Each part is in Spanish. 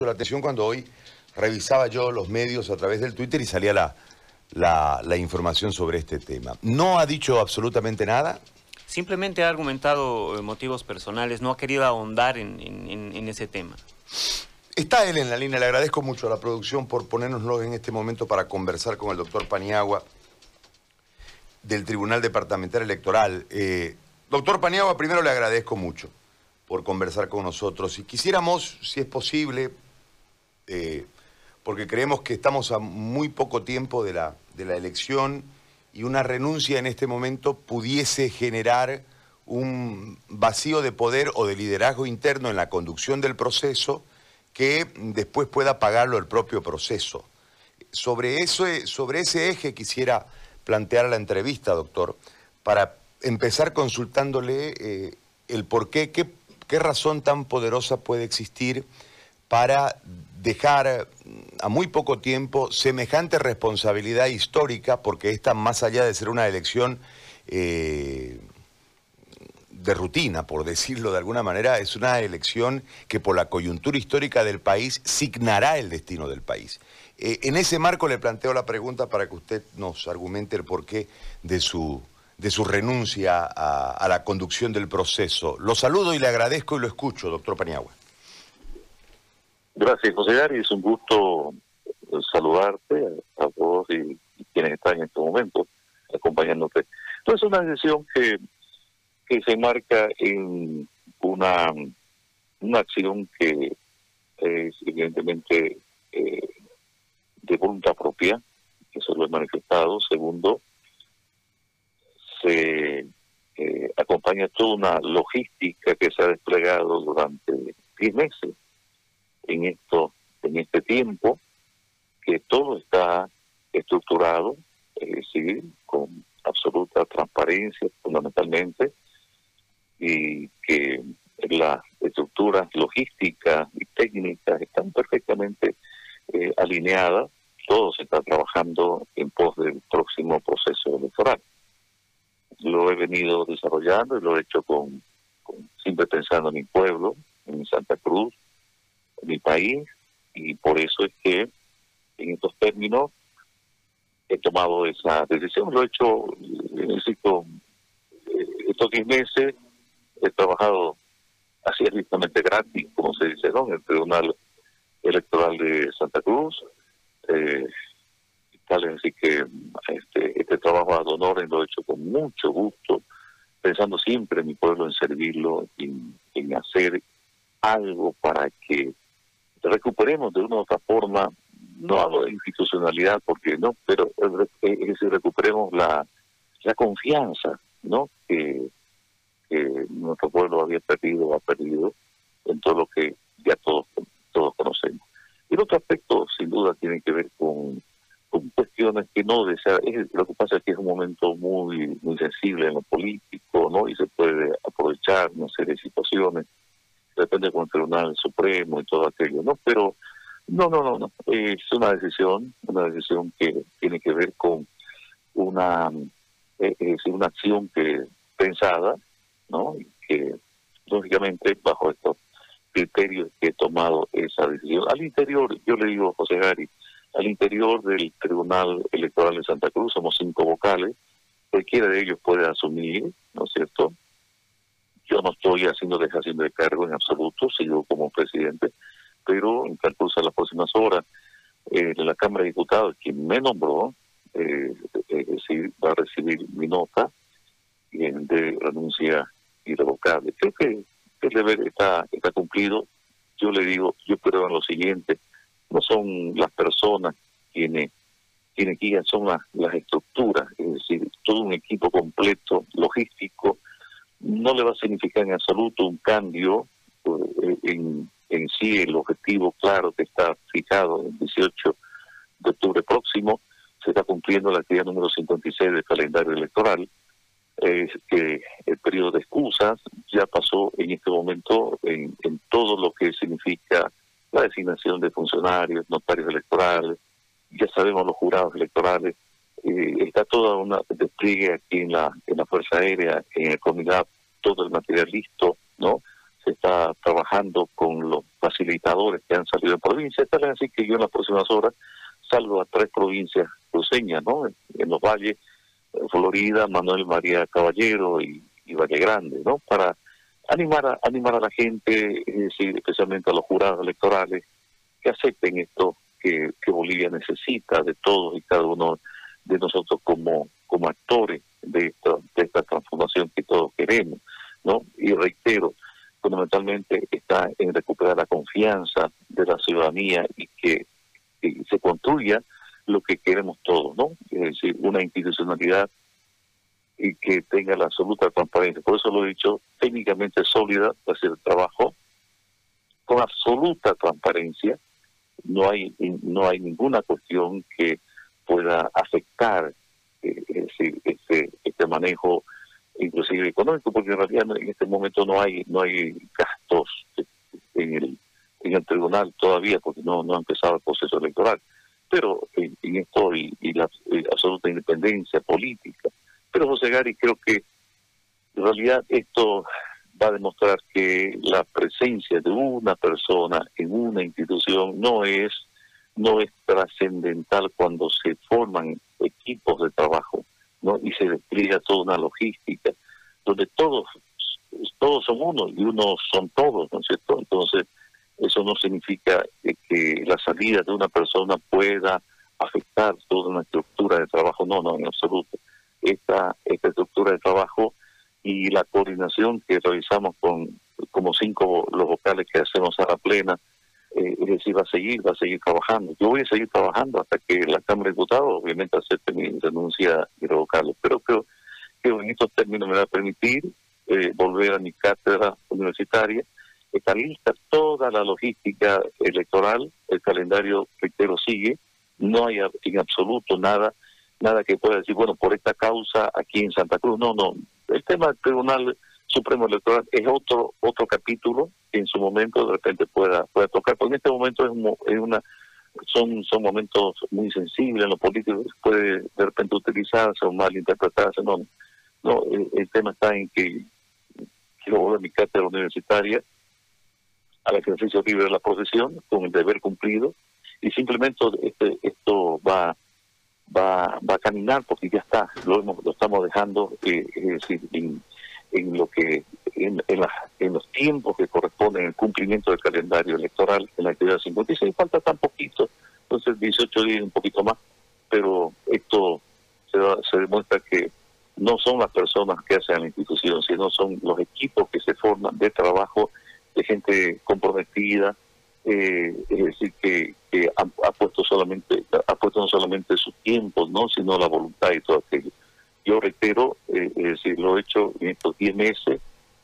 La atención cuando hoy revisaba yo los medios a través del Twitter y salía la información sobre este tema. ¿No ha dicho absolutamente nada? Simplemente ha argumentado motivos personales, no ha querido ahondar en ese tema. Está él en la línea, le agradezco mucho a la producción por ponérnoslo en este momento para conversar con el doctor Paniagua del Tribunal Departamental Electoral. Doctor Paniagua, primero le agradezco mucho por conversar con nosotros y quisiéramos, si es posible, porque creemos que estamos a muy poco tiempo de la elección y una renuncia en este momento pudiese generar un vacío de poder o de liderazgo interno en la conducción del proceso que después pueda pagarlo el propio proceso. Sobre ese eje quisiera plantear la entrevista, doctor, para empezar consultándole el por qué, qué razón tan poderosa puede existir para dejar a muy poco tiempo semejante responsabilidad histórica, porque esta, más allá de ser una elección de rutina, por decirlo de alguna manera, es una elección que por la coyuntura histórica del país signará el destino del país. En ese marco le planteo la pregunta para que usted nos argumente el porqué de su renuncia a la conducción del proceso. Lo saludo y le agradezco y lo escucho, doctor Paniagua. Gracias, José Gary. Es un gusto saludarte a todos y quienes están en este momento acompañándote. Entonces, es una decisión que se enmarca en una acción que es evidentemente de voluntad propia, eso lo he manifestado. Segundo, se acompaña toda una logística que se ha desplegado durante 10 meses en este tiempo, que todo está estructurado, es decir, con absoluta transparencia fundamentalmente, y que las estructuras logísticas y técnicas están perfectamente alineadas. Todo se está trabajando en pos del próximo proceso electoral. Lo he venido desarrollando y lo he hecho siempre pensando en mi pueblo, en Santa Cruz, en mi país, y por eso es que en estos términos he tomado esa decisión. Lo he hecho, necesito, estos 10 meses he trabajado así estrictamente gratis, como se dice, ¿no?, en el Tribunal Electoral de Santa Cruz. Tal es decir que este trabajo ad honorem lo he hecho con mucho gusto, pensando siempre en mi pueblo, en servirlo, en hacer algo para que recuperemos de una u otra forma, no hablo de institucionalidad porque no, pero es decir, recuperemos la confianza, ¿no?, que nuestro pueblo había perdido o ha perdido en todo lo que ya todos conocemos. Y el otro aspecto, sin duda, tiene que ver con cuestiones que no desea. Lo que pasa es que es un momento muy sensible en lo político, ¿no?, y se puede aprovechar una serie de situaciones. Depende con el Tribunal Supremo y todo aquello, ¿no? Pero no. Es una decisión que tiene que ver con una acción que pensada, ¿no? Y que, lógicamente, bajo estos criterios que he tomado esa decisión. Al interior, yo le digo, José Gary, al interior del Tribunal Electoral de Santa Cruz somos 5 vocales, cualquiera de ellos puede asumir, ¿no es cierto? Yo no estoy haciendo dejación de cargo en absoluto, sigo como presidente, pero en transcurso de las próximas horas, la Cámara de Diputados, quien me nombró, va a recibir mi nota de renuncia irrevocable. Creo que el deber está cumplido. Yo le digo, yo creo en lo siguiente: no son las personas quienes guían, son las estructuras, es decir, todo un equipo completo, logístico. No le va a significar en absoluto un cambio en sí. El objetivo claro que está fijado el 18 de octubre próximo, se está cumpliendo la actividad número 56 del calendario electoral. Es que el periodo de excusas ya pasó en este momento en todo lo que significa la designación de funcionarios, notarios electorales. Ya sabemos los jurados electorales. Está toda una despliegue aquí en la Fuerza Aérea, en el CONIDAP, todo el material listo, ¿no? se está trabajando con los facilitadores que han salido de provincia. Tal es así que yo en las próximas horas salgo a 3 provincias cruceñas, ¿no? En los valles, Florida, Manuel María Caballero y Valle Grande, ¿no? Para animar a la gente, es decir, especialmente a los jurados electorales, que acepten esto que Bolivia necesita de todos y cada uno de nosotros como actores de esta transformación que todos queremos, ¿no? Y reitero, fundamentalmente está en recuperar la confianza de la ciudadanía y que se construya lo que queremos todos, ¿no? Es decir, una institucionalidad y que tenga la absoluta transparencia. Por eso lo he dicho, técnicamente sólida, va a ser el trabajo con absoluta transparencia. No hay ninguna cuestión que pueda afectar este manejo, inclusive económico, porque en realidad en este momento no hay gastos en el tribunal todavía, porque no ha empezado el proceso electoral. Pero en esto y la absoluta independencia política. Pero José Gary, creo que en realidad esto va a demostrar que la presencia de una persona en una institución no es trascendental cuando se forman equipos de trabajo, ¿no? Y se despliega toda una logística donde todos son uno y uno son todos, ¿no es cierto? Entonces, eso no significa que la salida de una persona pueda afectar toda una estructura de trabajo, no, en absoluto. Esta estructura de trabajo y la coordinación que realizamos como 5 los vocales que hacemos a la plena, es decir, va a seguir trabajando. Yo voy a seguir trabajando hasta que la Cámara de Diputados obviamente acepte mi renuncia irrevocable, pero creo que en estos términos me va a permitir volver a mi cátedra universitaria. Está lista toda la logística electoral, el calendario, reitero, sigue, no hay en absoluto nada que pueda decir, bueno, por esta causa aquí en Santa Cruz, no, el tema del Tribunal Supremo Electoral es otro capítulo que en su momento de repente pueda tocar, porque en este momento son momentos muy sensibles en lo político, puede de repente utilizarse o malinterpretarse, no, el tema está en que quiero volver a mi cátedra universitaria al ejercicio libre de la profesión, con el deber cumplido, y simplemente esto va a caminar porque ya está, lo estamos dejando, es decir, en los tiempos que corresponden al cumplimiento del calendario electoral en la actividad 56, falta tan poquito, entonces 18 días, un poquito más, pero esto se demuestra que no son las personas que hacen la institución, sino son los equipos que se forman de trabajo, de gente comprometida, es decir, que ha puesto no solamente su tiempo, no, sino la voluntad y todo aquello. Yo reitero, es decir, lo he hecho en estos 10 meses,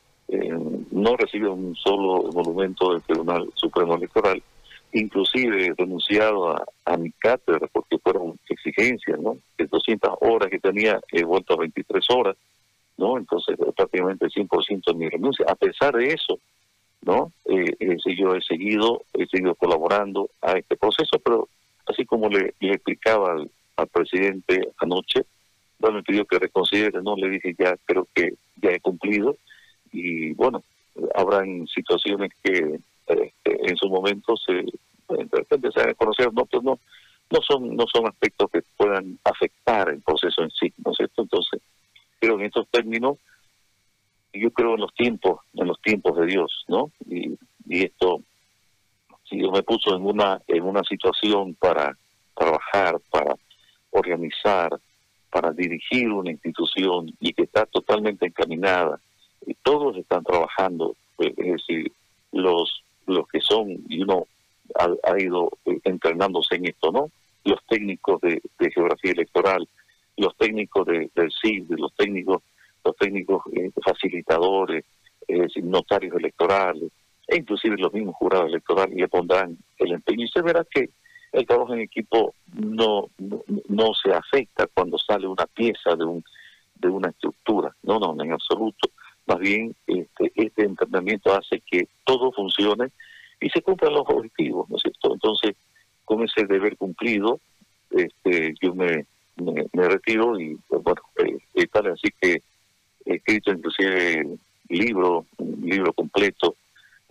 no he recibido un solo monumento del Tribunal Supremo Electoral, inclusive he renunciado a mi cátedra porque fueron exigencias, ¿no? De 200 horas que tenía, he vuelto a 23 horas, ¿no? Entonces prácticamente el 100% de mi renuncia. A pesar de eso, ¿no? Yo he seguido colaborando a este proceso, pero así como le explicaba al presidente anoche, me pidió que reconsidere, ¿no? Le dije, ya creo que ya he cumplido, y bueno, habrán situaciones que en su momento de repente se van a conocer, no, pues no son aspectos que puedan afectar el proceso en sí, ¿no es cierto? Entonces, creo que en estos términos, yo creo en los tiempos de Dios, ¿no? Y esto, si Dios me puso en una situación para trabajar, para organizar, para dirigir una institución y que está totalmente encaminada, y todos están trabajando, es decir, los que son, y uno ha ido entrenándose en esto, ¿no? Los técnicos de geografía electoral, los técnicos del CID, los técnicos facilitadores, es decir, notarios electorales, e inclusive los mismos jurados electorales le pondrán el empeño, y se verá que el trabajo en equipo no se afecta cuando sale una pieza de una estructura, no, en absoluto. Más bien, este entrenamiento hace que todo funcione y se cumplan los objetivos, ¿no es cierto? Entonces, con ese deber cumplido, yo me retiro y, pues, bueno, tal así que he escrito inclusive un libro completo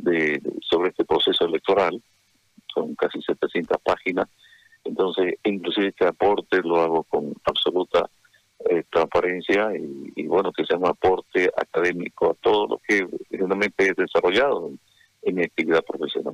sobre este proceso electoral. Son casi 700 páginas. Entonces, inclusive este aporte lo hago con absoluta transparencia y bueno, que sea un aporte académico a todo lo que realmente he desarrollado en mi actividad profesional.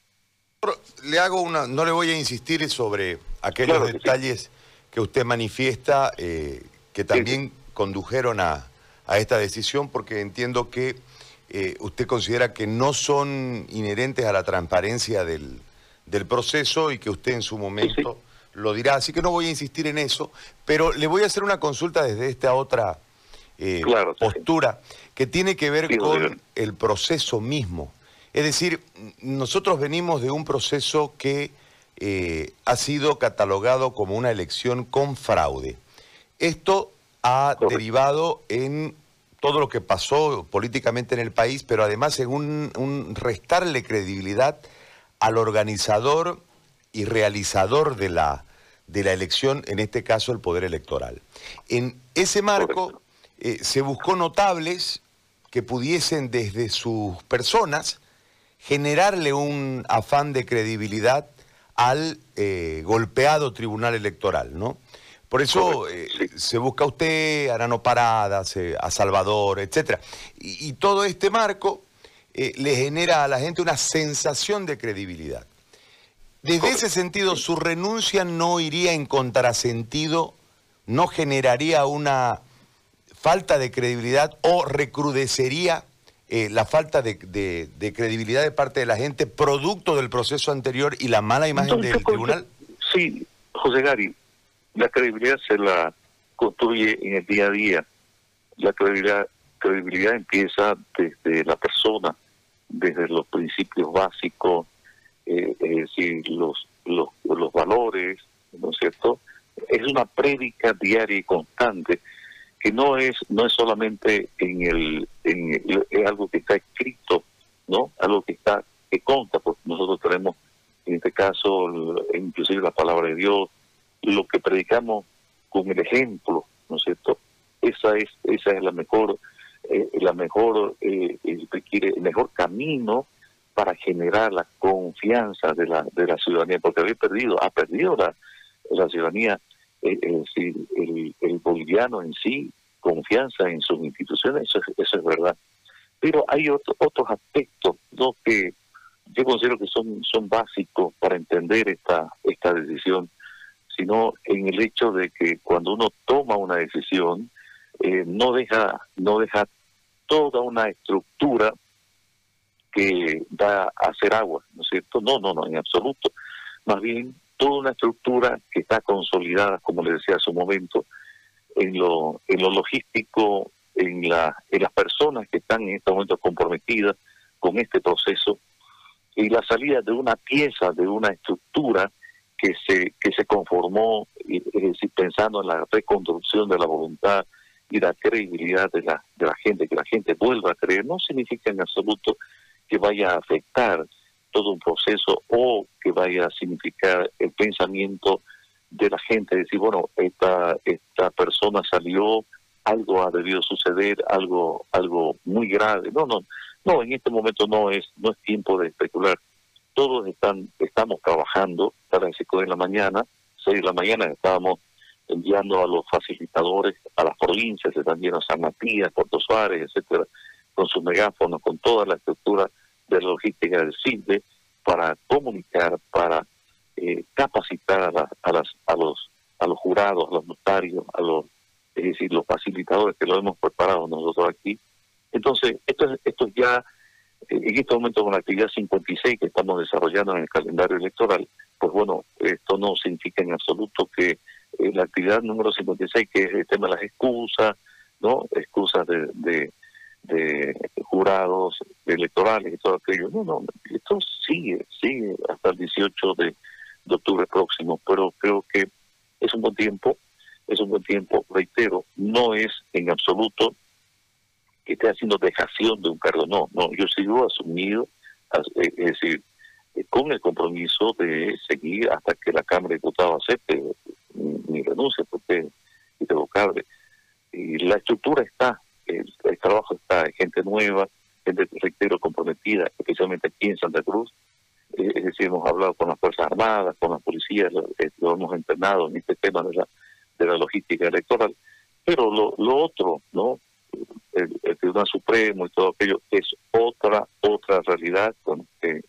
Le hago no le voy a insistir sobre aquellos detalles que usted manifiesta, que también condujeron a esta decisión, porque entiendo que usted considera que no son inherentes a la transparencia del proceso y que usted en su momento lo dirá. Así que no voy a insistir en eso, pero le voy a hacer una consulta desde esta otra postura que tiene que ver con el proceso mismo. Es decir, nosotros venimos de un proceso que ha sido catalogado como una elección con fraude. Esto ha derivado en todo lo que pasó políticamente en el país, pero además en un restarle credibilidad al organizador y realizador de la elección, en este caso el Poder Electoral. En ese marco se buscó notables que pudiesen desde sus personas generarle un afán de credibilidad al golpeado Tribunal Electoral, ¿no? Por eso se busca a usted, a Arano Paradas, a Salvador, etc. Y todo este marco le genera a la gente una sensación de credibilidad. Desde ese sentido, ¿su renuncia no iría en contrasentido, no generaría una falta de credibilidad o recrudecería la falta de credibilidad de parte de la gente, producto del proceso anterior y la mala imagen del tribunal? Sí, José Gary, la credibilidad se la construye en el día a día. La credibilidad empieza desde la persona, desde los principios básicos, es decir, los valores, ¿no es cierto? Es una prédica diaria y constante que no es solamente es algo que está escrito, ¿no? Algo que consta, porque nosotros tenemos en este caso inclusive la palabra de Dios, lo que predicamos con el ejemplo, ¿no es cierto? Esa es el mejor camino para generar la confianza de la ciudadanía, porque ha perdido la ciudadanía, es decir, el boliviano en sí, confianza en sus instituciones, eso es verdad. Pero hay otros aspectos, ¿no?, que yo considero que son básicos para entender esta decisión, sino en el hecho de que cuando uno toma una decisión, no deja toda una estructura que va a hacer agua, ¿no es cierto? No, en absoluto. Más bien, toda una estructura que está consolidada, como le decía hace un momento, en lo logístico, en las personas que están en este momento comprometidas con este proceso, y la salida de una pieza, de una estructura que se conformó, es decir, pensando en la reconstrucción de la voluntad y la credibilidad de la gente, que la gente vuelva a creer, no significa en absoluto que vaya a afectar todo un proceso o que vaya a significar el pensamiento de la gente, decir, bueno, esta persona salió, algo ha debido suceder, algo muy grave. No, en este momento no es tiempo de especular. Todos estamos trabajando para las 5 de la mañana, 6 de la mañana estábamos enviando a los facilitadores a las provincias, también a San Matías, Puerto Suárez, etcétera, con sus megáfonos, con toda la estructura de la logística del CIDE, para comunicar, para capacitar a los jurados, a los notarios, es decir, los facilitadores que lo hemos preparado nosotros aquí. Entonces, esto ya, en este momento con la actividad 56 que estamos desarrollando en el calendario electoral, pues bueno, esto no significa en absoluto que la actividad número 56, que es el tema de las excusas, ¿no? Excusas de jurados electorales y todo aquello. No, esto sigue hasta el 18 de octubre próximo, pero creo que es un buen tiempo, reitero, no es en absoluto que esté haciendo dejación de un cargo, no, yo sigo asumido, es decir, con el compromiso de seguir hasta que la Cámara de Diputados acepte mi renuncia, porque es irrevocable. Y la estructura está, el trabajo está, hay gente nueva, gente, reitero, comprometida. permitida, especialmente aquí en Santa Cruz. Es decir, hemos hablado con las Fuerzas Armadas, con las policías, lo hemos entrenado en este tema de la logística electoral. Pero lo otro, ¿no? El Tribunal Supremo y todo aquello es otra realidad con que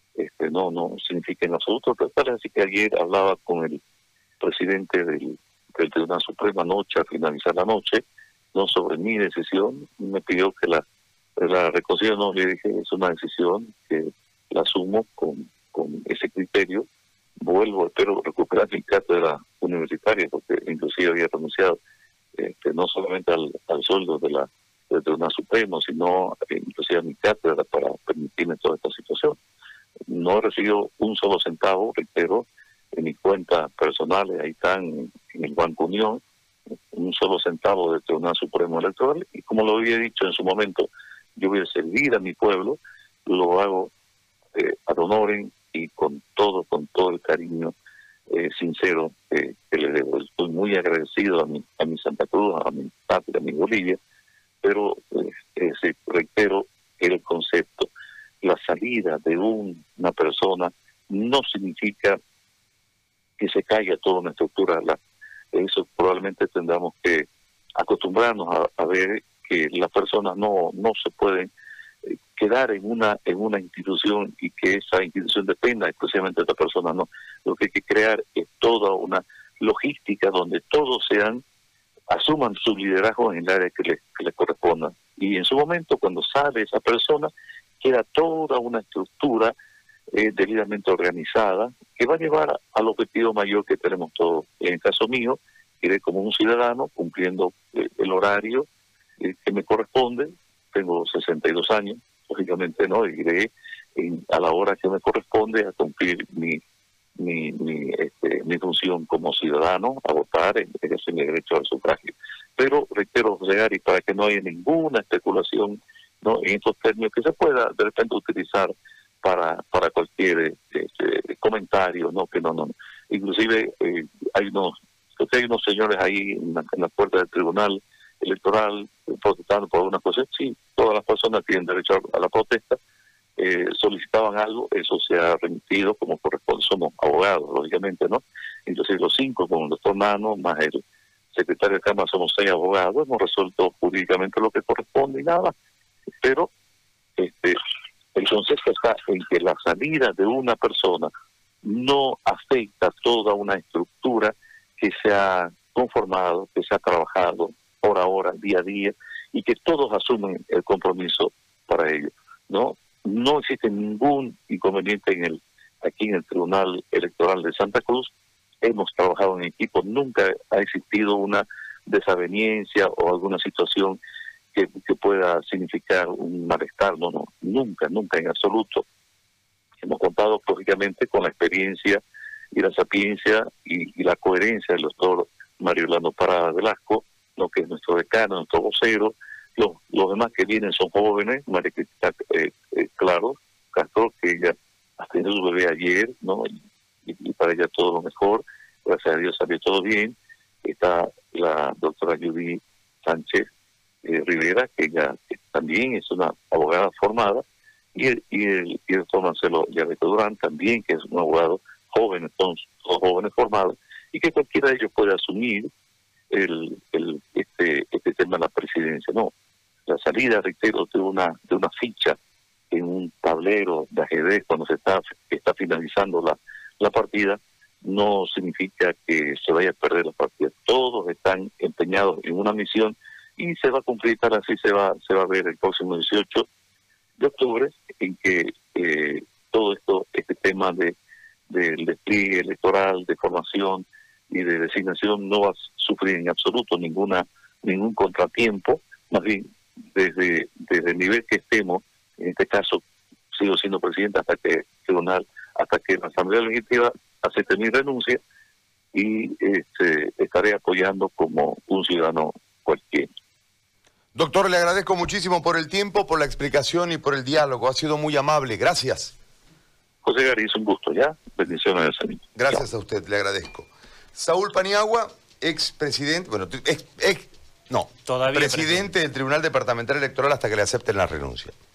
no significa en absoluto. Así que ayer hablaba con el presidente del Tribunal Supremo anoche, al finalizar la noche, no sobre mi decisión, me pidió que la reconsidere. No, le dije, es una decisión que la asumo con ese criterio. Vuelvo, espero recuperar mi cátedra universitaria, porque inclusive había renunciado no solamente al sueldo del Tribunal Supremo, sino inclusive a mi cátedra para permitirme toda esta situación. No he recibido un solo centavo, reitero, en mis cuentas personales, ahí están en el Banco Unión, un solo centavo del Tribunal Supremo Electoral, y como lo había dicho en su momento, yo voy a servir a mi pueblo, lo hago ad honorem y con todo el cariño sincero que le debo. Estoy muy agradecido a mi Santa Cruz, a mi patria, a mi Bolivia, pero reitero el concepto. La salida de una persona no significa que se caiga toda una estructura. Eso probablemente tendremos que acostumbrarnos a ver que las personas no se pueden quedar en una institución y que esa institución dependa exclusivamente de otra persona. No, lo que hay que crear es toda una logística donde todos asuman su liderazgo en el área que les corresponda. Y en su momento, cuando sale esa persona, queda toda una estructura debidamente organizada que va a llevar al objetivo mayor que tenemos todos. En el caso mío, iré como un ciudadano cumpliendo el horario que me corresponde. Tengo 62 años, lógicamente no, iré a la hora que me corresponde a cumplir mi función como ciudadano, a votar, ejercer mi derecho al sufragio. Pero reitero, José Gary, para que no haya ninguna especulación, ¿no?, en estos términos que se pueda de repente utilizar para cualquier comentario, no, que no. Inclusive hay unos señores ahí en la puerta del Tribunal Electoral protestando por algunas cosas. Sí, todas las personas tienen derecho a la protesta. Solicitaban algo, eso se ha remitido como corresponde. Somos abogados, lógicamente, ¿no? Entonces los 5, con el doctor Nano, más el secretario de Cámara, somos 6 abogados, hemos resuelto jurídicamente lo que corresponde y nada. Pero el concepto está en que la salida de una persona no afecta toda una estructura que se ha conformado, que se ha trabajado hora a hora, día a día, y que todos asumen el compromiso para ello. No existe ningún inconveniente aquí en el Tribunal Electoral de Santa Cruz. Hemos trabajado en equipo, nunca ha existido una desaveniencia o alguna situación que pueda significar un malestar, nunca en absoluto. Hemos contado, lógicamente, con la experiencia y la sapiencia y la coherencia del doctor Mario Orlando Parada Velasco, que es nuestro decano, nuestro vocero. Los demás que vienen son jóvenes, María Cristina Castro, que ella ha tenido su bebé ayer, y para ella todo lo mejor, gracias a Dios salió todo bien. Está la doctora Judy Sánchez Rivera, que ella también es una abogada formada, y el doctor Marcelo Llaveto Durán también, que es un abogado joven, entonces, todos jóvenes formados, y que cualquiera de ellos puede asumir este tema de la presidencia. La salida, reitero, de una ficha en un tablero de ajedrez cuando se está finalizando la partida, no significa que se vaya a perder la partida. Todos están empeñados en una misión y se va a cumplir, así se va a ver el próximo 18 de octubre, en que todo este tema del despliegue electoral, de formación y de designación no va a sufrir en absoluto ningún contratiempo. Más bien, desde el nivel que estemos, en este caso sigo siendo presidente hasta que la Asamblea Legislativa acepte mi renuncia, y estaré apoyando como un ciudadano cualquiera. Doctor, le agradezco muchísimo por el tiempo, por la explicación y por el diálogo. Ha sido muy amable. Gracias. José Gary, es un gusto, ¿ya? Bendiciones al Señor. Gracias a usted, le agradezco. Saúl Paniagua, expresidente, todavía presidente del Tribunal Departamental Electoral hasta que le acepten la renuncia.